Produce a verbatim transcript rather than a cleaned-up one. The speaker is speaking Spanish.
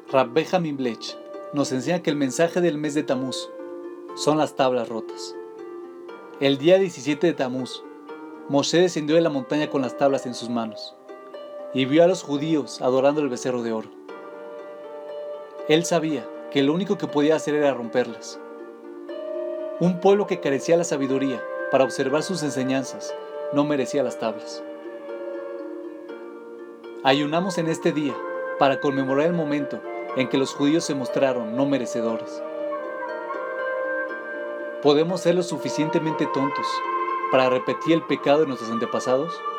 Rab Benjamin Blech nos enseña que el mensaje del mes de Tamuz son las tablas rotas. El día diecisiete de Tamuz, Moshe descendió de la montaña con las tablas en sus manos y vio a los judíos adorando el becerro de oro. Él sabía que lo único que podía hacer era romperlas. Un pueblo que carecía de la sabiduría para observar sus enseñanzas no merecía las tablas. Ayunamos en este día para conmemorar el momento en que los judíos se mostraron no merecedores. ¿Podemos ser lo suficientemente tontos para repetir el pecado de nuestros antepasados?